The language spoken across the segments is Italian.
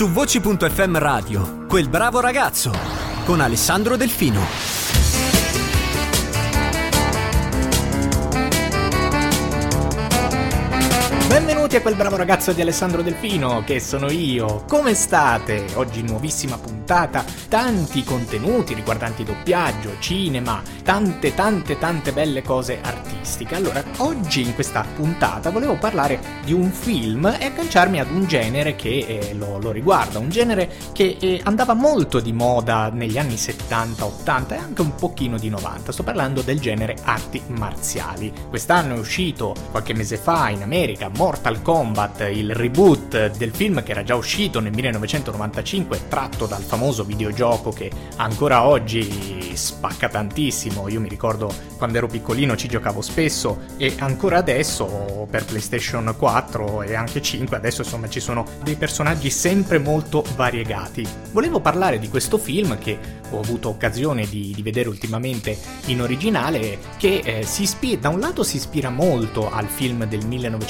Su Voci.fm Radio, Quel bravo ragazzo, con Alessandro Delfino. Benvenuti a Quel bravo ragazzo di Alessandro Delfino, che sono io. Come state? Oggi nuovissima puntata, tanti contenuti riguardanti doppiaggio, cinema, tante belle cose artistiche. Allora, oggi in questa puntata volevo parlare di un film e agganciarmi ad un genere che lo riguarda, un genere che andava molto di moda negli anni 70-80 e anche un pochino di 90. Sto parlando del genere arti marziali. Quest'anno è uscito, qualche mese fa, in America, Mortal Kombat, il reboot del film che era già uscito nel 1995, tratto dal famoso videogioco che ancora oggi spacca tantissimo. Io mi ricordo quando ero piccolino ci giocavo spesso e ancora adesso per PlayStation 4 e anche 5 adesso insomma ci sono dei personaggi sempre molto variegati. Volevo parlare di questo film che ho avuto occasione di vedere ultimamente in originale, che da un lato si ispira molto al film del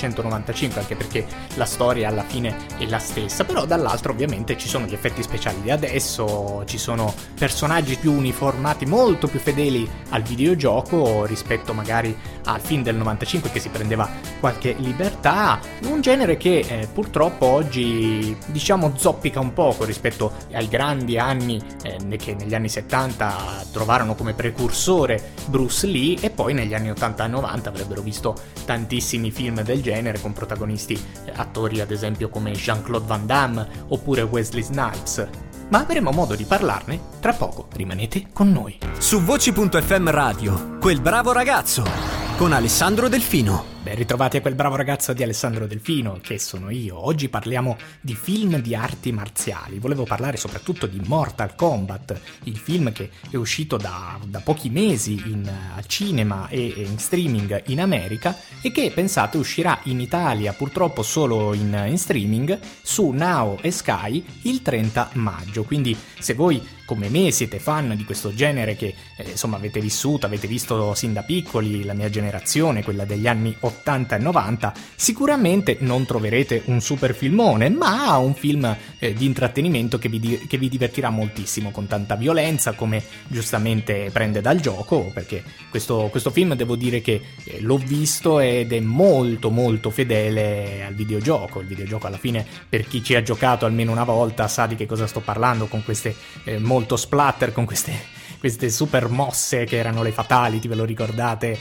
1995, anche perché la storia alla fine è la stessa, però dall'altro ovviamente ci sono gli effetti speciali di adesso, ci sono personaggi più uniformati, molto più fedeli al videogioco rispetto magari al film del 95 che si prendeva qualche libertà, un genere che purtroppo oggi diciamo zoppica un poco rispetto ai grandi anni che negli anni 70 trovarono come precursore Bruce Lee, e poi negli anni 80 e 90 avrebbero visto tantissimi film del genere con protagonisti attori ad esempio come Jean-Claude Van Damme oppure Wesley Snipes. Ma avremo modo di parlarne tra poco, rimanete con noi. Su Voci.fm Radio, Quel bravo ragazzo, con Alessandro Delfino. Ben ritrovati a Quel bravo ragazzo di Alessandro Delfino, che sono io. Oggi parliamo di film di arti marziali. Volevo parlare soprattutto di Mortal Kombat, il film che è uscito da pochi mesi al cinema e in streaming in America e che, pensate, uscirà in Italia purtroppo solo in streaming su Now e Sky il 30 maggio. Quindi se voi come me siete fan di questo genere che insomma avete visto sin da piccoli, la mia generazione, quella degli anni 80 e 90, sicuramente non troverete un super filmone, ma un film di intrattenimento che vi divertirà moltissimo, con tanta violenza come giustamente prende dal gioco, perché questo film devo dire che l'ho visto ed è molto molto fedele al videogioco. Il videogioco alla fine, per chi ci ha giocato almeno una volta, sa di che cosa sto parlando, con queste molto splatter, con queste super mosse che erano le fatality, ve lo ricordate?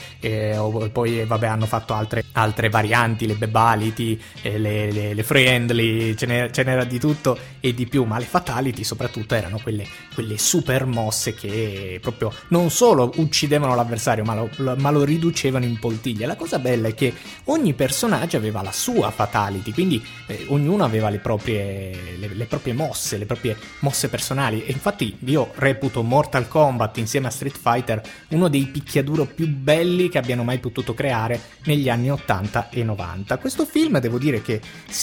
Poi vabbè, hanno fatto altre varianti, le bebality, le friendly, ce n'era di tutto e di più, ma le fatality soprattutto erano quelle super mosse che proprio non solo uccidevano l'avversario ma lo riducevano in poltiglia. La cosa bella è che ogni personaggio aveva la sua fatality, quindi ognuno aveva le proprie mosse, le proprie mosse personali, e infatti io reputo Mortal Kombat insieme a Street Fighter uno dei picchiaduro più belli che abbiano mai potuto creare negli anni 80 e 90. Questo film devo dire che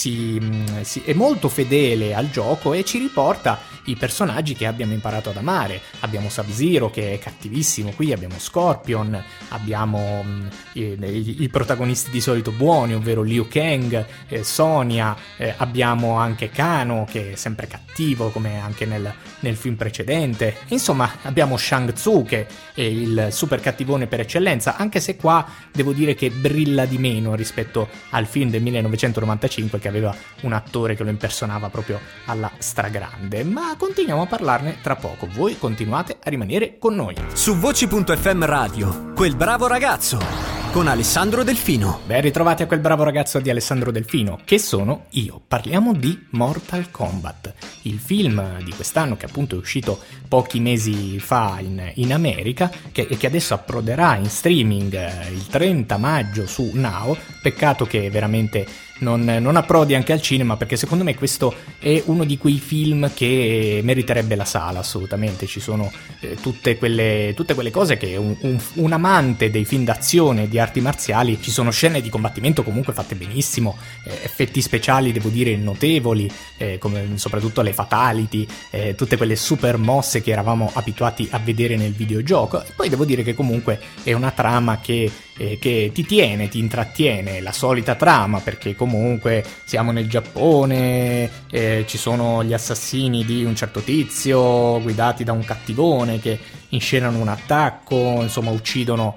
è molto fedele al gioco e ci riporta i personaggi che abbiamo imparato ad amare. Abbiamo Sub-Zero che è cattivissimo, qui abbiamo Scorpion, abbiamo i protagonisti di solito buoni, ovvero Liu Kang, Sonya, abbiamo anche Kano che è sempre cattivo come anche nel film precedente. Insomma, abbiamo Shang Tsung che è il super cattivone per eccellenza, anche se qua devo dire che brilla di meno rispetto al film del 1995 che aveva un attore che lo impersonava proprio alla stragrande. Ma continuiamo a parlarne tra poco, voi continuate a rimanere con noi. Su Voci.fm Radio, Quel bravo ragazzo, con Alessandro Delfino. Ben ritrovati a Quel bravo ragazzo di Alessandro Delfino, che sono io. Parliamo di Mortal Kombat, il film di quest'anno che appunto è uscito pochi mesi fa in America, che adesso approderà in streaming il 30 maggio su Now. Peccato che veramente non approdi anche al cinema, perché secondo me questo è uno di quei film che meriterebbe la sala, assolutamente. Ci sono tutte quelle cose che un amante dei film d'azione, di arti marziali, ci sono scene di combattimento comunque fatte benissimo, effetti speciali devo dire notevoli, come soprattutto le fatality, tutte quelle super mosse che eravamo abituati a vedere nel videogioco. E poi devo dire che comunque è una trama che che ti intrattiene, la solita trama, perché comunque siamo nel Giappone, ci sono gli assassini di un certo tizio guidati da un cattivone che inscenano un attacco, insomma uccidono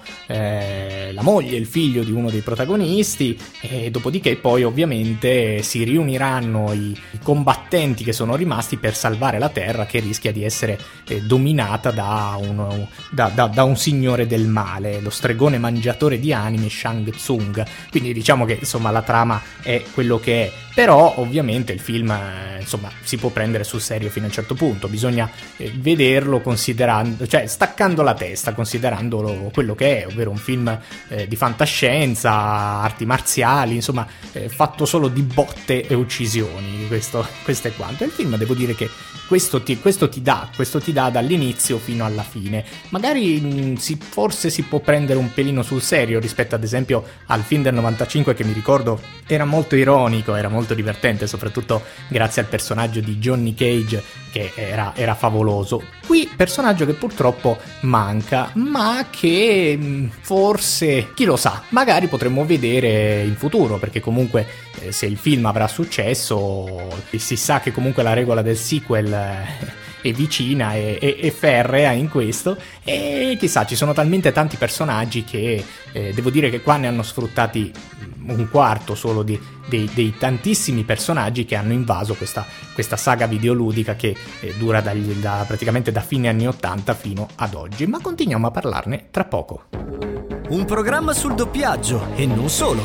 la moglie e il figlio di uno dei protagonisti, e dopodiché poi ovviamente si riuniranno i combattenti che sono rimasti per salvare la terra, che rischia di essere dominata da un signore del male, lo stregone mangiatore di anime Shang Tsung. Quindi diciamo che insomma la trama è quello che è, però ovviamente il film insomma si può prendere sul serio fino a un certo punto, bisogna vederlo considerando, cioè staccando la testa, considerandolo quello che è, ovvero un film di fantascienza, arti marziali, insomma fatto solo di botte e uccisioni, questo è quanto. E il film, devo dire che questo ti dà dall'inizio fino alla fine. Magari forse si può prendere un pelino sul serio rispetto ad esempio al film del 95, che mi ricordo era molto ironico, era molto divertente, soprattutto grazie al personaggio di Johnny Cage, che era favoloso. Qui personaggio che purtroppo manca, ma che forse, chi lo sa, magari potremmo vedere in futuro, perché comunque se il film avrà successo si sa che comunque la regola del sequel è vicina e ferrea in questo, e chissà, ci sono talmente tanti personaggi che devo dire che qua ne hanno sfruttati un quarto solo dei tantissimi personaggi che hanno invaso questa saga videoludica che dura praticamente da fine anni 80 fino ad oggi, ma continuiamo a parlarne tra poco. Un programma sul doppiaggio e non solo.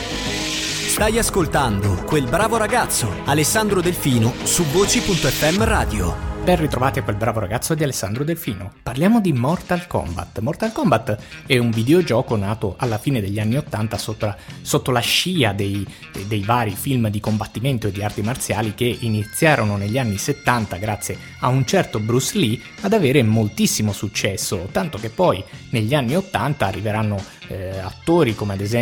Stai ascoltando Quel bravo ragazzo, Alessandro Delfino, su Voci.fm Radio. Ben ritrovati a Quel bravo ragazzo di Alessandro Delfino. Parliamo di Mortal Kombat. Mortal Kombat è un videogioco nato alla fine degli anni 80 sotto la scia dei vari film di combattimento e di arti marziali che iniziarono negli anni 70 grazie a un certo Bruce Lee ad avere moltissimo successo, tanto che poi negli anni 80 arriveranno attori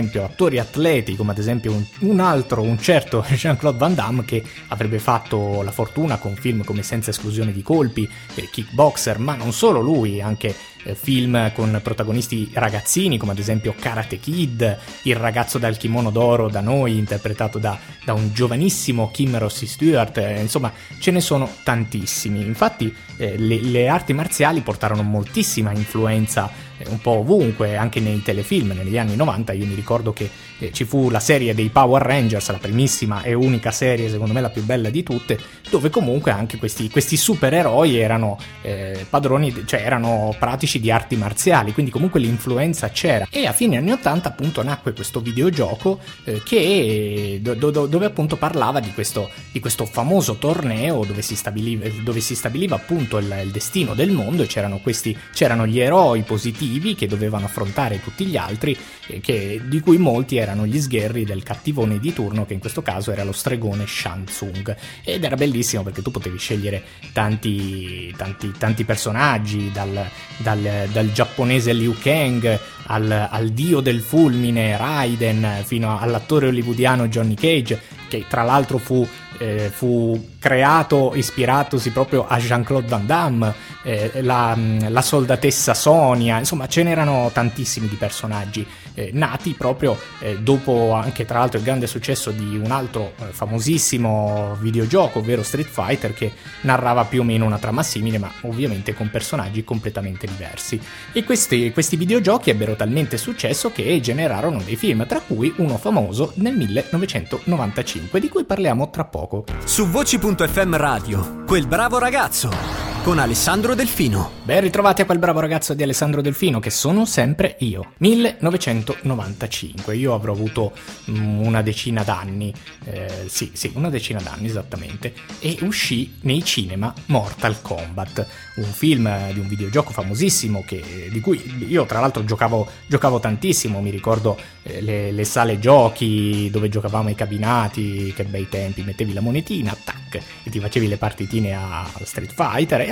atleti come ad esempio un certo Jean-Claude Van Damme, che avrebbe fatto la fortuna con film come Senza esclusione di colpi, Kickboxer, ma non solo lui, anche film con protagonisti ragazzini come ad esempio Karate Kid, Il ragazzo dal kimono d'oro da noi interpretato da un giovanissimo Kim Rossi Stewart, insomma ce ne sono tantissimi. Infatti le arti marziali portarono moltissima influenza un po' ovunque, anche nei telefilm negli anni 90. Io mi ricordo che ci fu la serie dei Power Rangers, la primissima e unica serie, secondo me la più bella di tutte, dove comunque anche questi supereroi erano padroni, cioè erano pratici di arti marziali, quindi comunque l'influenza c'era. E a fine anni 80 appunto nacque questo videogioco dove appunto parlava di questo famoso torneo dove si stabiliva appunto il destino del mondo, e c'erano gli eroi positivi che dovevano affrontare tutti gli altri, di cui molti erano gli sgherri del cattivone di turno, che in questo caso era lo stregone Shang Tsung. Ed era bellissimo perché tu potevi scegliere tanti personaggi, dal giapponese Liu Kang al dio del fulmine Raiden, fino all'attore hollywoodiano Johnny Cage, che tra l'altro fu ispiratosi proprio a Jean-Claude Van Damme, la soldatessa Sonia, insomma ce n'erano tantissimi di personaggi nati proprio dopo anche tra l'altro il grande successo di un altro famosissimo videogioco, ovvero Street Fighter, che narrava più o meno una trama simile ma ovviamente con personaggi completamente diversi. E questi videogiochi ebbero talmente successo che generarono dei film, tra cui uno famoso nel 1995 di cui parliamo tra poco. Su Voci.fm Radio, Quel bravo ragazzo, con Alessandro Delfino. Ben ritrovati a Quel bravo ragazzo di Alessandro Delfino, che sono sempre io. 1995, io avrò avuto una decina d'anni, sì, una decina d'anni esattamente, e uscì nei cinema Mortal Kombat, un film di un videogioco famosissimo di cui io tra l'altro giocavo tantissimo. Mi ricordo le sale giochi dove giocavamo ai cabinati, che bei tempi, mettevi la monetina, tac, e ti facevi le partitine a Street Fighter, e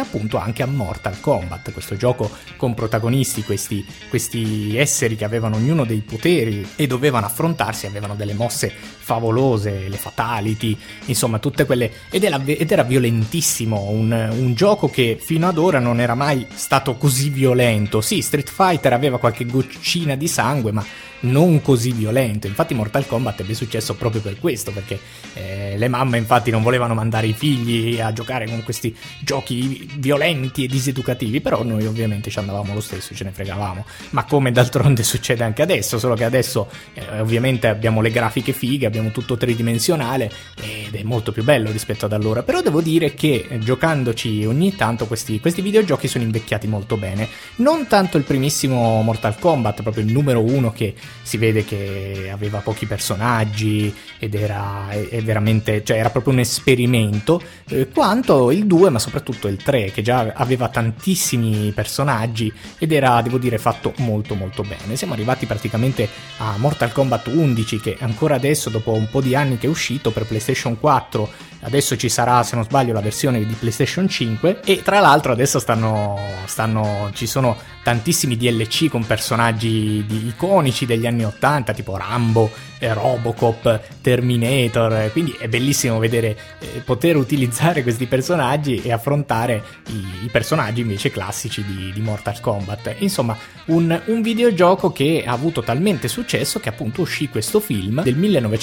appunto anche a Mortal Kombat, questo gioco con protagonisti, questi esseri che avevano ognuno dei poteri e dovevano affrontarsi, avevano delle mosse favolose, le fatality, insomma tutte quelle, ed era violentissimo, un gioco che fino ad ora non era mai stato così violento. Sì, Street Fighter aveva qualche goccina di sangue, ma non così violento. Infatti Mortal Kombat ebbe successo proprio per questo, perché le mamme infatti non volevano mandare i figli a giocare con questi giochi violenti e diseducativi, però noi ovviamente ci andavamo lo stesso, ce ne fregavamo, ma come d'altronde succede anche adesso, solo che adesso ovviamente abbiamo le grafiche fighe, abbiamo tutto tridimensionale ed è molto più bello rispetto ad allora. Però devo dire che giocandoci ogni tanto questi videogiochi sono invecchiati molto bene, non tanto il primissimo Mortal Kombat, proprio il numero 1, che si vede che aveva pochi personaggi ed era veramente, cioè era proprio un esperimento, quanto il 2, ma soprattutto il 3, che già aveva tantissimi personaggi ed era, devo dire, fatto molto molto bene. Siamo arrivati praticamente a Mortal Kombat 11, che ancora adesso, dopo un po' di anni che è uscito per PlayStation 4, adesso ci sarà, se non sbaglio, la versione di PlayStation 5, e tra l'altro adesso ci sono tantissimi DLC con personaggi iconici degli anni 80, tipo Rambo, Robocop, Terminator, quindi è bellissimo vedere, poter utilizzare questi personaggi e affrontare i personaggi invece classici di Mortal Kombat. Insomma, un videogioco che ha avuto talmente successo che appunto uscì questo film del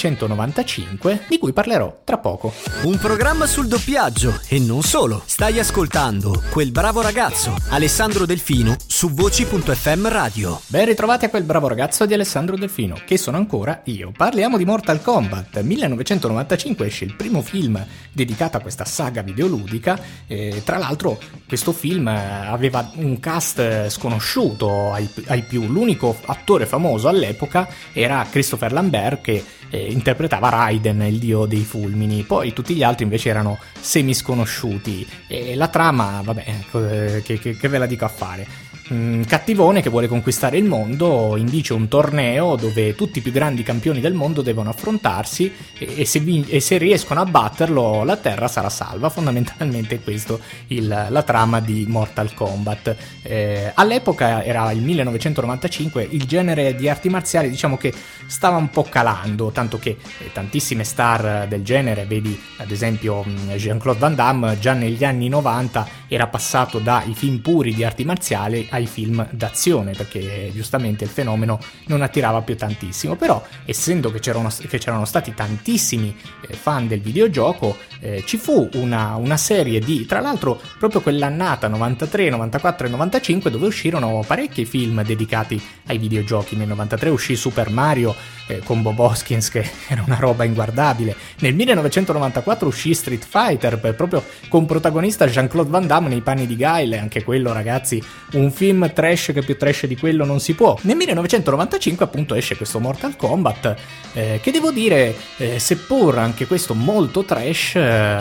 1995, di cui parlerò tra poco. Un programma sul doppiaggio e non solo. Stai ascoltando Quel bravo ragazzo, Alessandro Delfino, su Voci.fm Radio. Ben ritrovati a Quel bravo ragazzo di Alessandro Delfino, che sono ancora io. Parliamo di Mortal Kombat. 1995 esce il primo film dedicato a questa saga videoludica. Tra l'altro questo film aveva un cast sconosciuto ai più. L'unico attore famoso all'epoca era Christopher Lambert, che interpretava Raiden, il dio dei fulmini. Poi tutti gli altri invece erano semi sconosciuti. E la trama, vabbè, che ve la dico a fare. Cattivone che vuole conquistare il mondo indice un torneo dove tutti i più grandi campioni del mondo devono affrontarsi e se riescono a batterlo la terra sarà salva. Fondamentalmente questo la trama di Mortal Kombat. All'epoca era il 1995, il genere di arti marziali diciamo che stava un po' calando, tanto che tantissime star del genere, vedi ad esempio Jean-Claude Van Damme, già negli anni 90 era passato dai film puri di arti marziali ai film d'azione, perché giustamente il fenomeno non attirava più tantissimo. Però essendo che c'erano stati tantissimi fan del videogioco, ci fu una serie di, tra l'altro proprio quell'annata 93, 94 e 95, dove uscirono parecchi film dedicati ai videogiochi. Nel 93 uscì Super Mario con Bob Hoskins, che era una roba inguardabile. Nel 1994 uscì Street Fighter, proprio con protagonista Jean-Claude Van Damme nei panni di Guile, anche quello, ragazzi, un film trash che più trash di quello non si può. Nel 1995 appunto esce questo Mortal Kombat, che devo dire, seppur anche questo molto trash,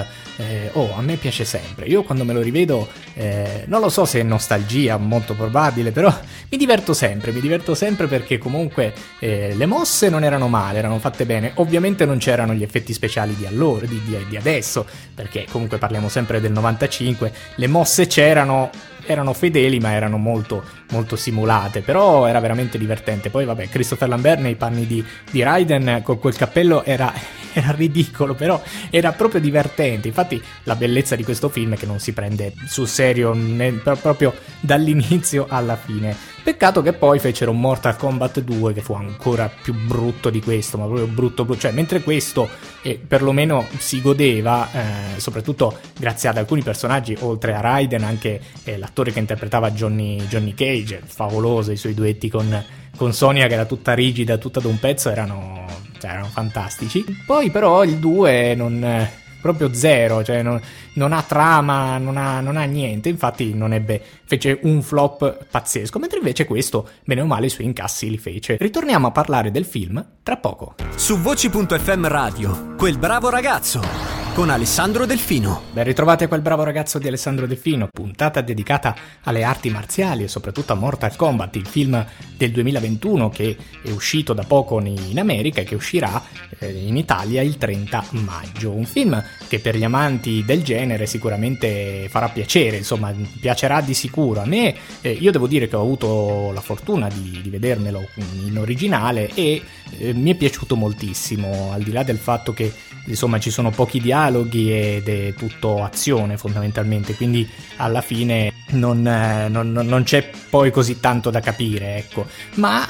a me piace sempre. Io quando me lo rivedo, non lo so se è nostalgia, molto probabile, però mi diverto sempre perché comunque le mosse non erano male, erano fatte bene. Ovviamente non c'erano gli effetti speciali di allora, di adesso, perché comunque parliamo sempre del 95, le mosse c'erano, erano fedeli ma erano molto molto simulate, però era veramente divertente. Poi vabbè, Christopher Lambert nei panni di Raiden con quel cappello era ridicolo, però era proprio divertente. Infatti la bellezza di questo film è che non si prende sul serio proprio dall'inizio alla fine. Peccato che poi fecero un Mortal Kombat 2 che fu ancora più brutto di questo, ma proprio brutto, cioè mentre questo perlomeno si godeva, soprattutto grazie ad alcuni personaggi, oltre a Raiden anche l'attore che interpretava Johnny Cage, favoloso, i suoi duetti con Sonya che era tutta rigida, tutta ad un pezzo, erano fantastici. Poi però il 2 proprio zero, cioè non ha trama, non ha niente, infatti fece un flop pazzesco, mentre invece questo, bene o male, i suoi incassi li fece. Ritorniamo a parlare del film tra poco. Su Voci.fm Radio, Quel bravo ragazzo. con Alessandro Delfino. Ben ritrovati a quel bravo ragazzo di Alessandro Delfino, puntata dedicata alle arti marziali e soprattutto a Mortal Kombat, il film del 2021 che è uscito da poco in America e che uscirà in Italia il 30 maggio. Un film che per gli amanti del genere sicuramente farà piacere, insomma piacerà di sicuro. A me, io devo dire che ho avuto la fortuna di vedermelo in originale e mi è piaciuto moltissimo, al di là del fatto che insomma ci sono pochi dialoghi ed è tutto azione fondamentalmente, quindi alla fine non c'è poi così tanto da capire, ecco. Ma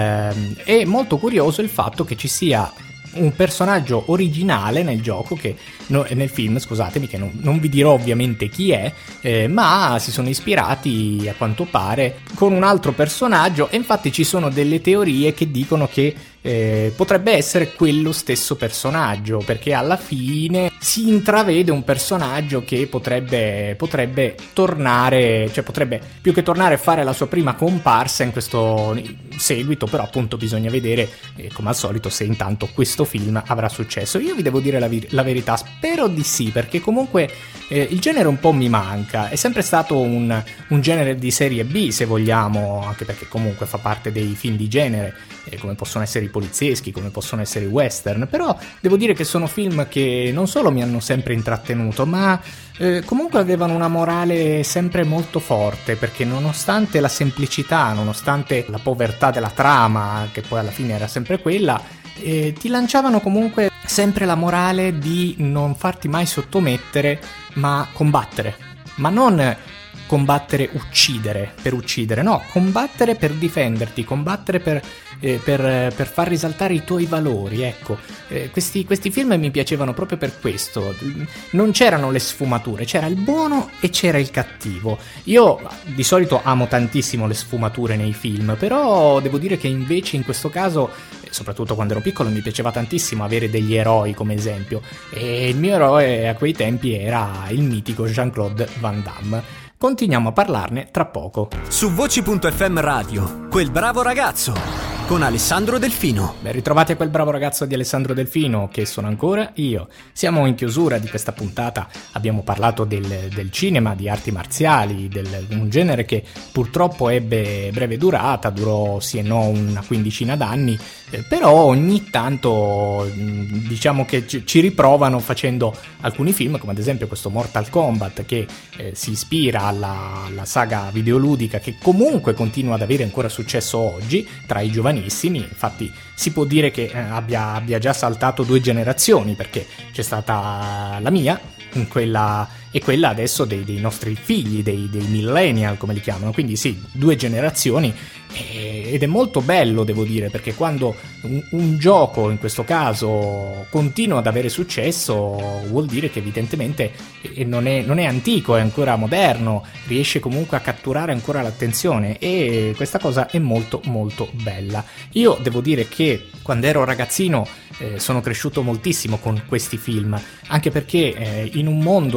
è molto curioso il fatto che ci sia un personaggio originale nel gioco nel film, scusatemi, che non vi dirò ovviamente chi è, ma si sono ispirati a quanto pare con un altro personaggio, e infatti ci sono delle teorie che dicono che potrebbe essere quello stesso personaggio, perché alla fine si intravede un personaggio che potrebbe tornare, cioè potrebbe più che tornare fare la sua prima comparsa in questo seguito, però appunto bisogna vedere come al solito se intanto questo film avrà successo. Io vi devo dire la verità, spero di sì, perché comunque il genere un po' mi manca, è sempre stato un genere di serie B se vogliamo, anche perché comunque fa parte dei film di genere, come possono essere i polizieschi, come possono essere i western, però devo dire che sono film che non solo mi hanno sempre intrattenuto, ma comunque avevano una morale sempre molto forte, perché nonostante la semplicità, nonostante la povertà della trama, che poi alla fine era sempre quella, ti lanciavano comunque sempre la morale di non farti mai sottomettere, ma combattere, ma non combattere per uccidere, no, combattere per difenderti, combattere per far risaltare i tuoi valori, ecco. Questi film mi piacevano proprio per questo, non c'erano le sfumature, c'era il buono e c'era il cattivo. Io di solito amo tantissimo le sfumature nei film, però devo dire che invece in questo caso, soprattutto quando ero piccolo, mi piaceva tantissimo avere degli eroi come esempio, e il mio eroe a quei tempi era il mitico Jean-Claude Van Damme. Continuiamo a parlarne tra poco. Su Voci.fm Radio, quel bravo ragazzo, con Alessandro Delfino. Ben ritrovati a quel bravo ragazzo di Alessandro Delfino, che sono ancora io. Siamo in chiusura di questa puntata, abbiamo parlato del cinema, di arti marziali, un genere che purtroppo ebbe breve durata, durò sì e no una quindicina d'anni, però ogni tanto diciamo che ci riprovano facendo alcuni film, come ad esempio questo Mortal Kombat, che si ispira alla saga videoludica, che comunque continua ad avere ancora successo oggi tra i giovanissimi. Infatti si può dire che abbia già saltato 2 generazioni, perché c'è stata la mia, quella adesso dei nostri figli, dei millennial come li chiamano, quindi sì, 2 generazioni, ed è molto bello, devo dire, perché quando un gioco in questo caso continua ad avere successo vuol dire che evidentemente non è antico, è ancora moderno, riesce comunque a catturare ancora l'attenzione, e questa cosa è molto molto bella. Io devo dire che quando ero ragazzino sono cresciuto moltissimo con questi film, anche perché in un mondo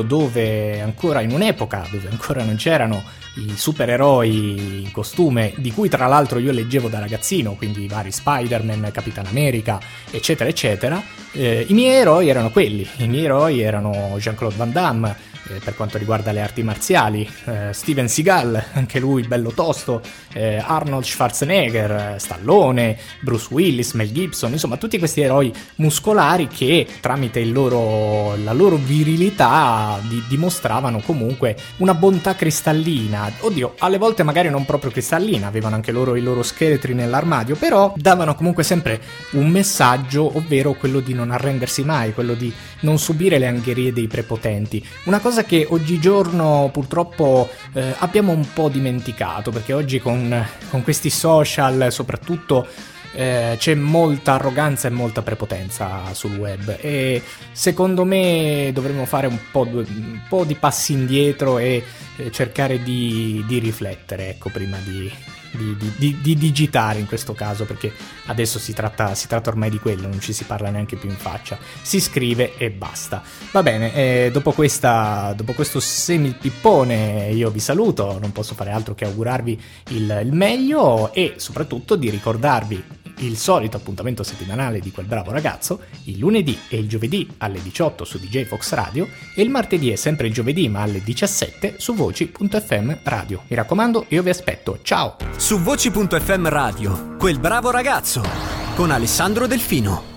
in un'epoca dove ancora non c'erano i supereroi in costume, di cui tra l'altro io leggevo da ragazzino, quindi i vari Spider-Man, Capitan America, eccetera eccetera, i miei eroi erano quelli, i miei eroi erano Jean-Claude Van Damme, per quanto riguarda le arti marziali, Steven Seagal, anche lui bello tosto, Arnold Schwarzenegger, Stallone, Bruce Willis, Mel Gibson, insomma tutti questi eroi muscolari che tramite la loro virilità dimostravano comunque una bontà cristallina. Oddio, alle volte magari non proprio cristallina, avevano anche loro i loro scheletri nell'armadio, però davano comunque sempre un messaggio, ovvero quello di non arrendersi mai, quello di non subire le angherie dei prepotenti. Una cosa che oggigiorno purtroppo abbiamo un po' dimenticato, perché oggi con questi social soprattutto c'è molta arroganza e molta prepotenza sul web, e secondo me dovremmo fare un po' di passi indietro e cercare di riflettere, ecco, prima di digitare in questo caso, perché adesso si tratta ormai di quello, non ci si parla neanche più in faccia, si scrive e basta. Va bene, dopo questo semipippone io vi saluto, non posso fare altro che augurarvi il meglio e soprattutto di ricordarvi il solito appuntamento settimanale di Quel bravo ragazzo, il lunedì e il giovedì alle 18 su DJ Fox Radio e il martedì e sempre il giovedì ma alle 17 su Voci.fm Radio. Mi raccomando, io vi aspetto, ciao! Su Voci.fm Radio, Quel bravo ragazzo, con Alessandro Delfino.